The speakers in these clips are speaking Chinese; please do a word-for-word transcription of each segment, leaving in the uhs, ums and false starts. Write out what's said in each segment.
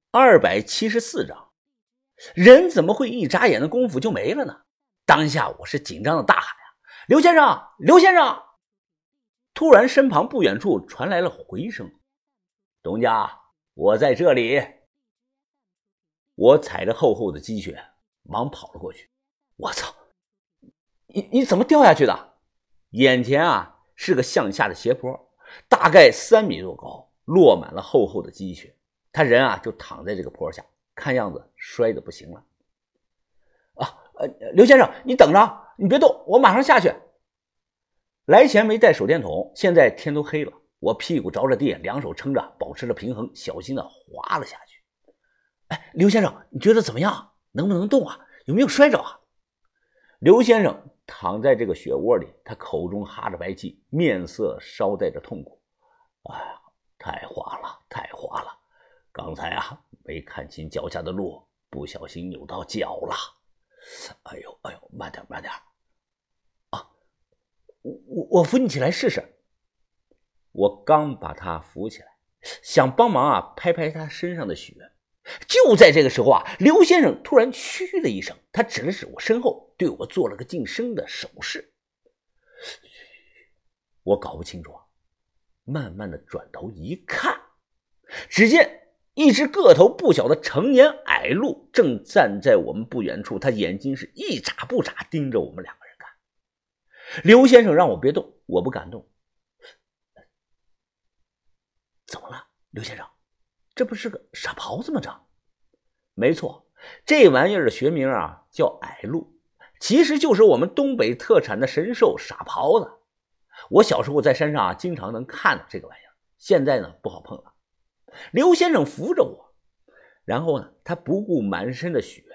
二百七十四章，人怎么会一眨眼的功夫就没了呢？当下我是紧张的大喊啊：“刘先生，刘先生！”突然身旁不远处传来了回声：“东家，我在这里。”我踩着厚厚的积雪忙跑了过去。我操，你你怎么掉下去的？眼前啊是个向下的斜坡，大概三米多高，落满了厚厚的积雪。他人啊就躺在这个坡下，看样子摔得不行了。啊，呃，刘先生，你等着，你别动，我马上下去。来前没带手电筒，现在天都黑了，我屁股着着地，两手撑着，保持着平衡，小心的滑了下去。哎，刘先生，你觉得怎么样？能不能动啊？有没有摔着啊？刘先生躺在这个雪窝里，他口中哈着白气，面色稍带着痛苦。哎呀，太滑了，太滑了！刚才啊，没看清脚下的路，不小心扭到脚了。哎呦，哎呦，慢点，慢点！啊，我我我扶你起来试试。我刚把他扶起来，想帮忙啊，拍拍他身上的雪。就在这个时候啊，刘先生突然嘘的一声，他指了指我身后，对我做了个噤声的手势。我搞不清楚啊，慢慢的转头一看，只见一只个头不小的成年矮鹿正站在我们不远处，他眼睛是一眨不眨盯着我们两个人看。刘先生让我别动，我不敢动。怎么了，刘先生？这不是个傻狍子吗？这没错，这玩意儿的学名啊叫矮鹿，其实就是我们东北特产的神兽傻狍子。我小时候在山上啊经常能看到这个玩意儿，现在呢不好碰了。刘先生扶着我，然后呢他不顾满身的雪：“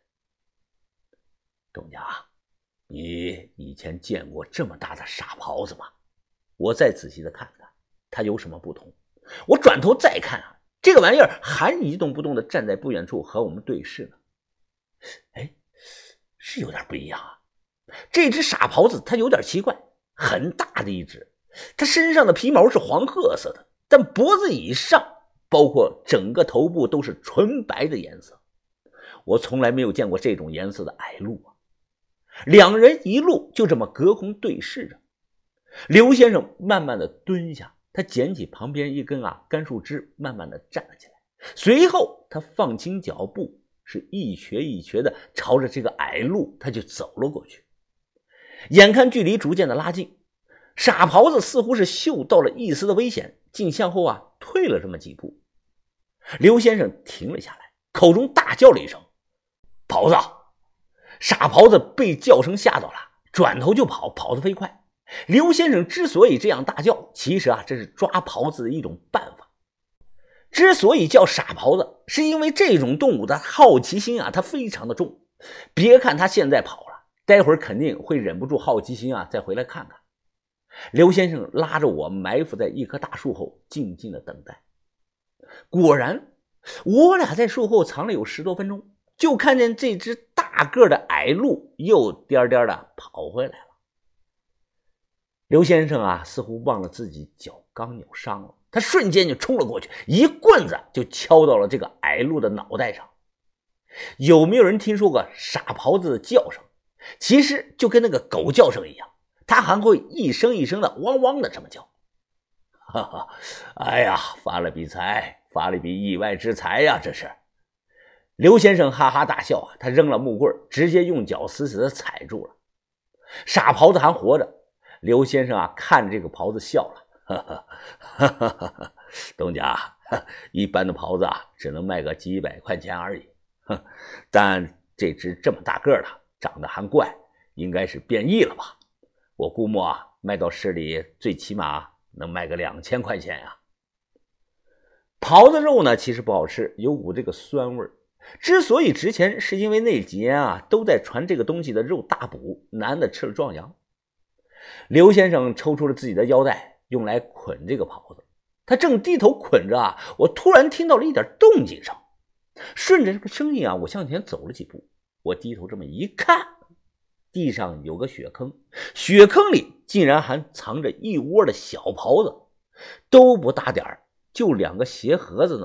东家，你以前见过这么大的傻狍子吗？”我再仔细的看看它有什么不同。我转头再看啊，这个玩意儿还一动不动的站在不远处和我们对视呢。哎，是有点不一样啊。这只傻狍子它有点奇怪，很大的一只，它身上的皮毛是黄褐色的，但脖子以上包括整个头部都是纯白的颜色。我从来没有见过这种颜色的矮鹿啊。两人一路就这么隔空对视着。刘先生慢慢的蹲下，他捡起旁边一根啊干树枝，慢慢的站了起来。随后他放轻脚步，是一瘸一瘸的朝着这个矮鹿他就走了过去。眼看距离逐渐的拉近，傻狍子似乎是嗅到了一丝的危险，竟向后啊退了这么几步。刘先生停了下来，口中大叫了一声：“狍子！”傻狍子被叫声吓到了，转头就跑，跑得飞快。刘先生之所以这样大叫，其实啊这是抓狍子的一种办法。之所以叫傻狍子，是因为这种动物的好奇心啊它非常的重。别看他现在跑了，待会儿肯定会忍不住好奇心啊再回来看看。刘先生拉着我埋伏在一棵大树后，静静的等待。果然，我俩在树后藏了有十多分钟，就看见这只大个的矮鹿又颠颠的跑回来了。刘先生啊似乎忘了自己脚刚扭伤了，他瞬间就冲了过去，一棍子就敲到了这个矮鹿的脑袋上。有没有人听说过傻狍子的叫声？其实就跟那个狗叫声一样，它还会一声一声的汪汪的这么叫。哈哈，哎呀，发了笔财，发了一笔意外之财呀，这是。刘先生哈哈大笑啊，他扔了木棍，直接用脚死死的踩住了。傻狍子还活着。刘先生啊看着这个狍子笑了，哈哈哈哈，东家，一般的狍子啊只能卖个几百块钱而已，但这只这么大个的，长得还怪，应该是变异了吧？我估摸啊卖到市里最起码能卖个两千块钱呀。狍子肉呢其实不好吃，有股这个酸味儿。之所以值钱，是因为那几年啊都在传这个东西的肉大补，男的吃了壮阳。刘先生抽出了自己的腰带，用来捆这个狍子。他正低头捆着啊，我突然听到了一点动静声。顺着这个声音啊，我向前走了几步。我低头这么一看，地上有个雪坑，雪坑里竟然还藏着一窝的小狍子，都不大点儿，就两个鞋盒子那么大。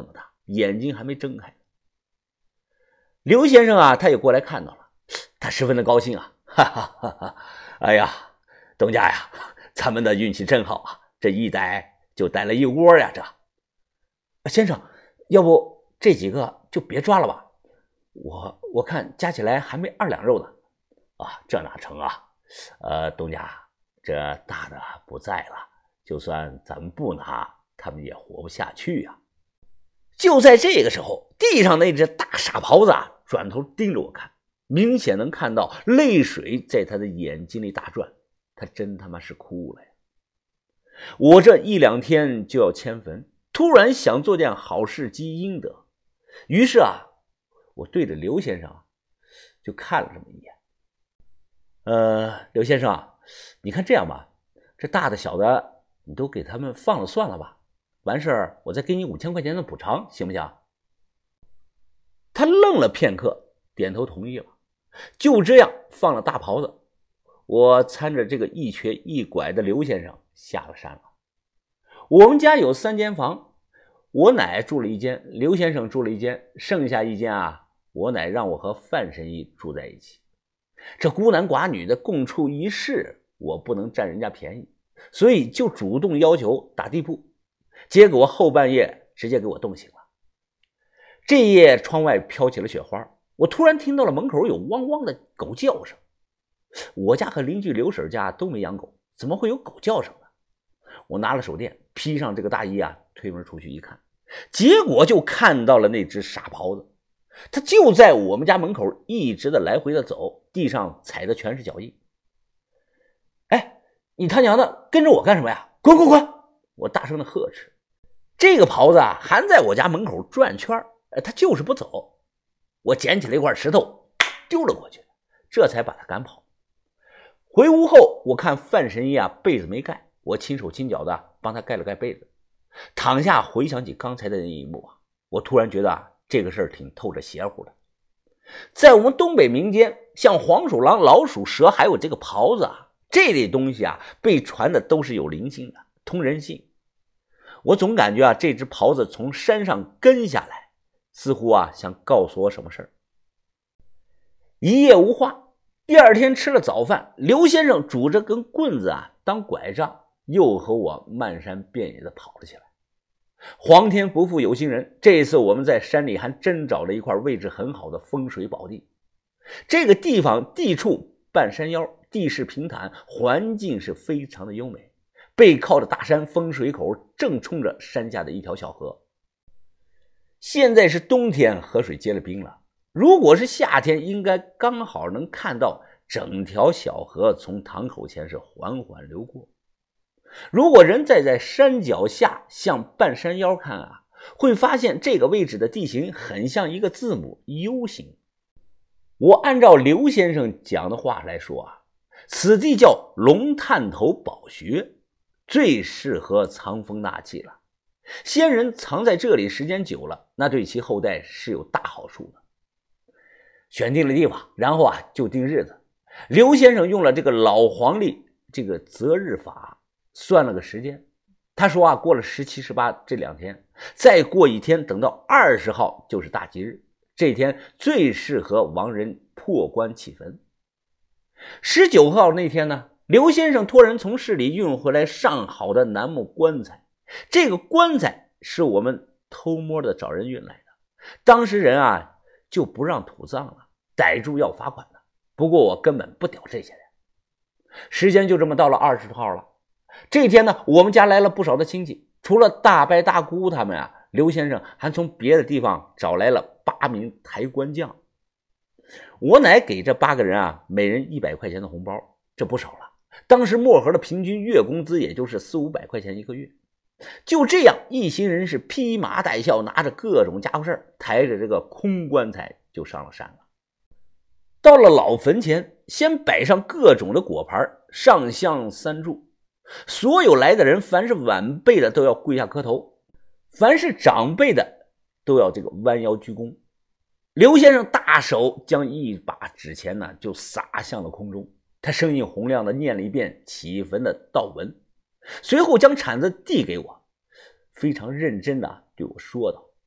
眼睛还没睁开。刘先生啊，他也过来看到了，他十分的高兴啊，哈哈哈哈！哎呀，东家呀，咱们的运气真好啊，这一逮就逮了一窝呀！这先生，要不这几个就别抓了吧？我我看加起来还没二两肉呢。啊，这哪成啊？呃，东家，这大的不在了，就算咱们不拿，他们也活不下去呀、啊。就在这个时候，地上那只大傻狍子啊，转头盯着我看，明显能看到泪水在他的眼睛里打转，他真他妈是哭了呀！我这一两天就要迁坟，突然想做件好事积阴德，于是啊，我对着刘先生就看了这么一眼。呃，刘先生，你看这样吧，这大的小的你都给他们放了算了吧，完事儿我再给你五千块钱的补偿，行不行？他愣了片刻，点头同意了。就这样放了大狍子，我搀着这个一瘸一拐的刘先生下了山了。我们家有三间房，我奶住了一间，刘先生住了一间，剩下一间啊，我奶让我和范神医住在一起。这孤男寡女的共处一室，我不能占人家便宜，所以就主动要求打地铺，结果后半夜直接给我冻醒了。这夜窗外飘起了雪花，我突然听到了门口有汪汪的狗叫声。我家和邻居刘婶家都没养狗，怎么会有狗叫声呢？我拿了手电，披上这个大衣啊，推门出去一看，结果就看到了那只傻狍子。他就在我们家门口一直的来回的走，地上踩的全是脚印。哎，你他娘的跟着我干什么呀？滚滚滚！我大声的呵斥。这个狍子啊，还在我家门口转圈，他就是不走。我捡起了一块石头丢了过去，这才把他赶跑。回屋后，我看范神医啊被子没盖，我轻手轻脚的帮他盖了盖被子。躺下回想起刚才的那一幕啊，我突然觉得啊这个事儿挺透着邪乎的。在我们东北民间，像黄鼠狼、老鼠、蛇还有这个狍子啊，这类东西啊被传的都是有灵性的，通人性。我总感觉啊这只狍子从山上跟下来，似乎啊想告诉我什么事儿。一夜无话，第二天吃了早饭，刘先生拄着根棍子啊当拐杖，又和我漫山遍野的跑了起来。皇天不负有心人，这一次我们在山里还真找了一块位置很好的风水宝地。这个地方地处半山腰，地势平坦，环境是非常的优美，背靠着大山，风水口正冲着山下的一条小河。现在是冬天，河水结了冰了，如果是夏天，应该刚好能看到整条小河从堂口前是缓缓流过。如果人站在山脚下向半山腰看啊，会发现这个位置的地形很像一个字母 U 型。我按照刘先生讲的话来说啊，此地叫龙探头宝穴，最适合藏风纳气了。先人藏在这里时间久了，那对其后代是有大好处的。选定了地方，然后啊就定日子。刘先生用了这个老黄历这个择日法算了个时间，他说啊，过了十七、十八这两天，再过一天，等到二十号就是大吉日，这天最适合亡人破棺起坟。十九号那天呢，刘先生托人从市里运回来上好的楠木棺材，这个棺材是我们偷摸的找人运来的，当时人啊就不让土葬了，逮住要罚款的。不过我根本不屌这些人。时间就这么到了二十号了。这天呢，我们家来了不少的亲戚，除了大伯大姑他们啊，刘先生还从别的地方找来了八名抬棺匠。我奶给这八个人啊，每人一百块钱的红包，这不少了。当时漠河的平均月工资也就是四五百块钱一个月。就这样，一行人是披麻戴孝，拿着各种家伙事抬着这个空棺材就上了山了。到了老坟前，先摆上各种的果盘，上香三炷。所有来的人，凡是晚辈的都要跪下磕头，凡是长辈的都要这个弯腰鞠躬。刘先生大手将一把纸钱呢就撒向了空中，他声音洪亮的念了一遍起坟的道文，随后将铲子递给我，非常认真的对我说道：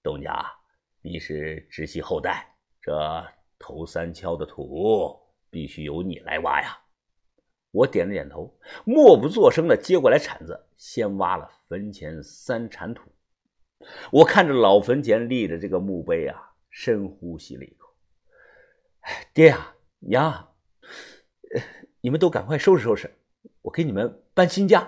东家，你是直系后代，这头三锹的土必须由你来挖呀。我点了点头，默不作声地接过来铲子，先挖了坟前三铲土。我看着老坟前立着这个墓碑啊，深呼吸了一口。爹呀，娘啊，你们都赶快收拾收拾，我给你们搬新家。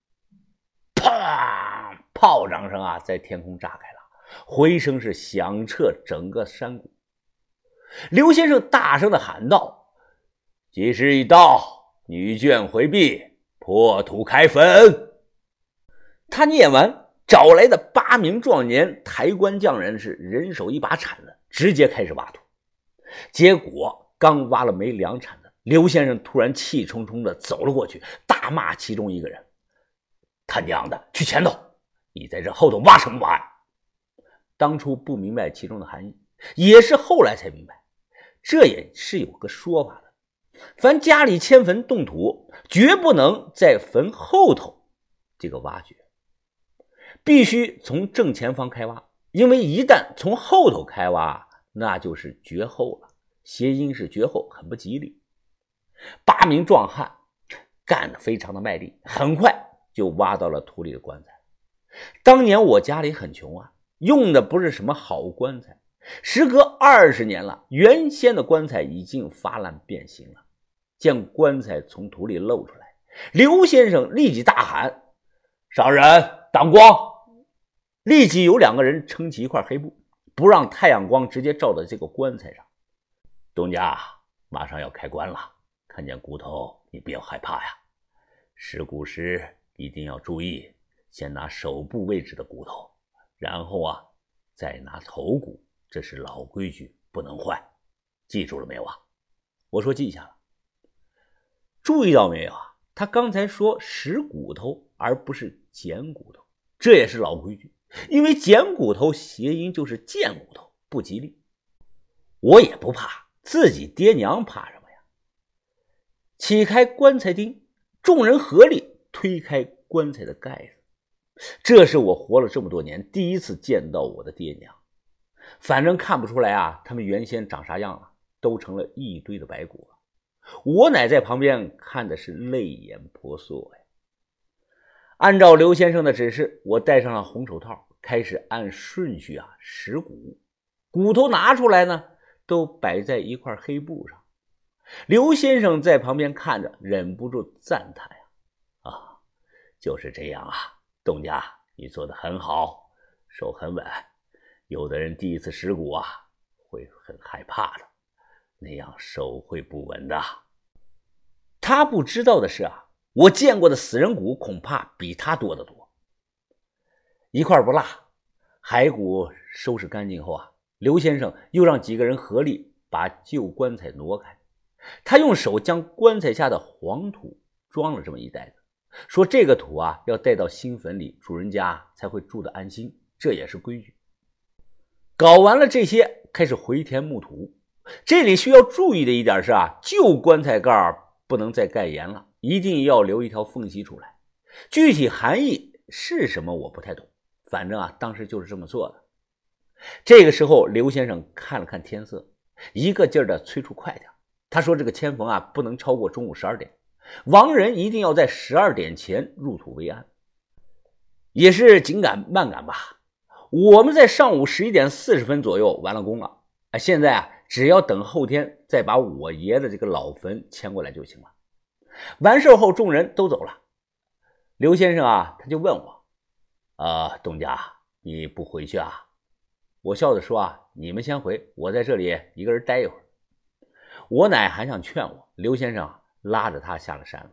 砰！炮仗声啊，在天空炸开了，回声是响彻整个山谷。刘先生大声地喊道：吉时已到，女眷回避，破土开坟。他念完，找来的八名壮年抬棺匠人是人手一把铲子，直接开始挖土。结果刚挖了没两铲子，刘先生突然气冲冲地走了过去，大骂其中一个人：他娘的，去前头，你在这后头挖什么挖呀？当初不明白其中的含义，也是后来才明白，这也是有个说法的。凡家里迁坟动土，绝不能在坟后头这个挖掘，必须从正前方开挖，因为一旦从后头开挖，那就是绝后了，谐音是绝后，很不吉利。八名壮汉干得非常的卖力，很快就挖到了土里的棺材。当年我家里很穷啊，用的不是什么好棺材，时隔二十年了，原先的棺材已经发烂变形了。见棺材从土里露出来，刘先生立即大喊：上人挡光！立即有两个人撑起一块黑布，不让太阳光直接照到这个棺材上。东家，马上要开棺了，看见骨头你不要害怕呀，拾骨时一定要注意，先拿手部位置的骨头，然后啊再拿头骨，这是老规矩，不能换，记住了没有啊？我说记下了。注意到没有啊？他刚才说拾骨头而不是捡骨头，这也是老规矩，因为捡骨头谐音就是贱骨头，不吉利。我也不怕，自己爹娘怕什么呀？起开棺材钉，众人合力推开棺材的盖子。这是我活了这么多年第一次见到我的爹娘，反正看不出来啊，他们原先长啥样了，都成了一堆的白骨了。我乃在旁边看的是泪眼婆娑呀。按照刘先生的指示，我戴上了红手套，开始按顺序啊拾骨。骨头拿出来呢，都摆在一块黑布上。刘先生在旁边看着，忍不住赞叹呀：啊，就是这样啊，东家，你做得很好，手很稳。有的人第一次拾骨啊，会很害怕的，那样手会不稳的。他不知道的是啊，我见过的死人骨恐怕比他多得多。一块不落，骸骨收拾干净后啊，刘先生又让几个人合力把旧棺材挪开。他用手将棺材下的黄土装了这么一袋子，说这个土啊要带到新坟里，主人家才会住得安心，这也是规矩。搞完了这些，开始回填木土。这里需要注意的一点是啊，旧棺材盖不能再盖严了，一定要留一条缝隙出来。具体含义是什么我不太懂，反正啊当时就是这么做的。这个时候刘先生看了看天色，一个劲儿的催促快点。他说这个迁坟啊不能超过中午十二点，亡人一定要在十二点前入土为安。也是紧赶慢赶吧，我们在上午十一点四十分左右完了工了，现在啊只要等后天再把我爷的这个老坟迁过来就行了。完事后众人都走了，刘先生啊他就问我：啊，东家，你不回去啊？我笑着说啊，你们先回，我在这里一个人待一会儿。我奶还想劝我，刘先生拉着他下了山了。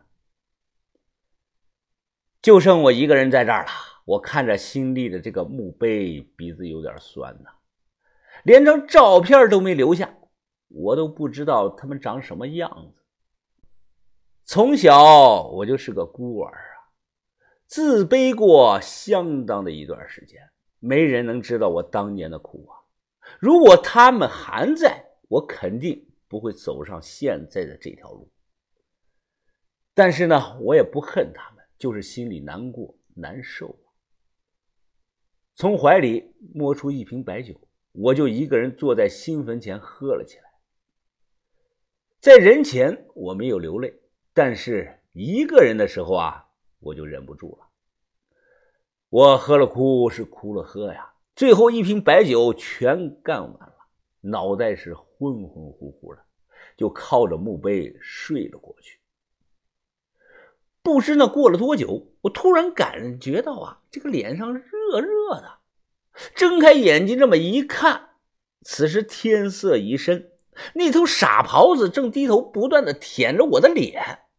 就剩我一个人在这儿了，我看着新立的这个墓碑，鼻子有点酸呐，连张照片都没留下，我都不知道他们长什么样子。从小我就是个孤儿啊，自卑过相当的一段时间，没人能知道我当年的苦啊。如果他们还在，我肯定不会走上现在的这条路。但是呢，我也不恨他们，就是心里难过难受。 从怀里摸出一瓶白酒，我就一个人坐在新坟前喝了起来。在人前我没有流泪，但是一个人的时候啊，我就忍不住了。我喝了哭是哭了喝呀，最后一瓶白酒全干完了，脑袋是昏昏乎乎的，就靠着墓碑睡了过去。不知那过了多久，我突然感觉到啊，这个脸上热热的，睁开眼睛这么一看，此时天色已深，那头傻狍子正低头不断地舔着我的脸。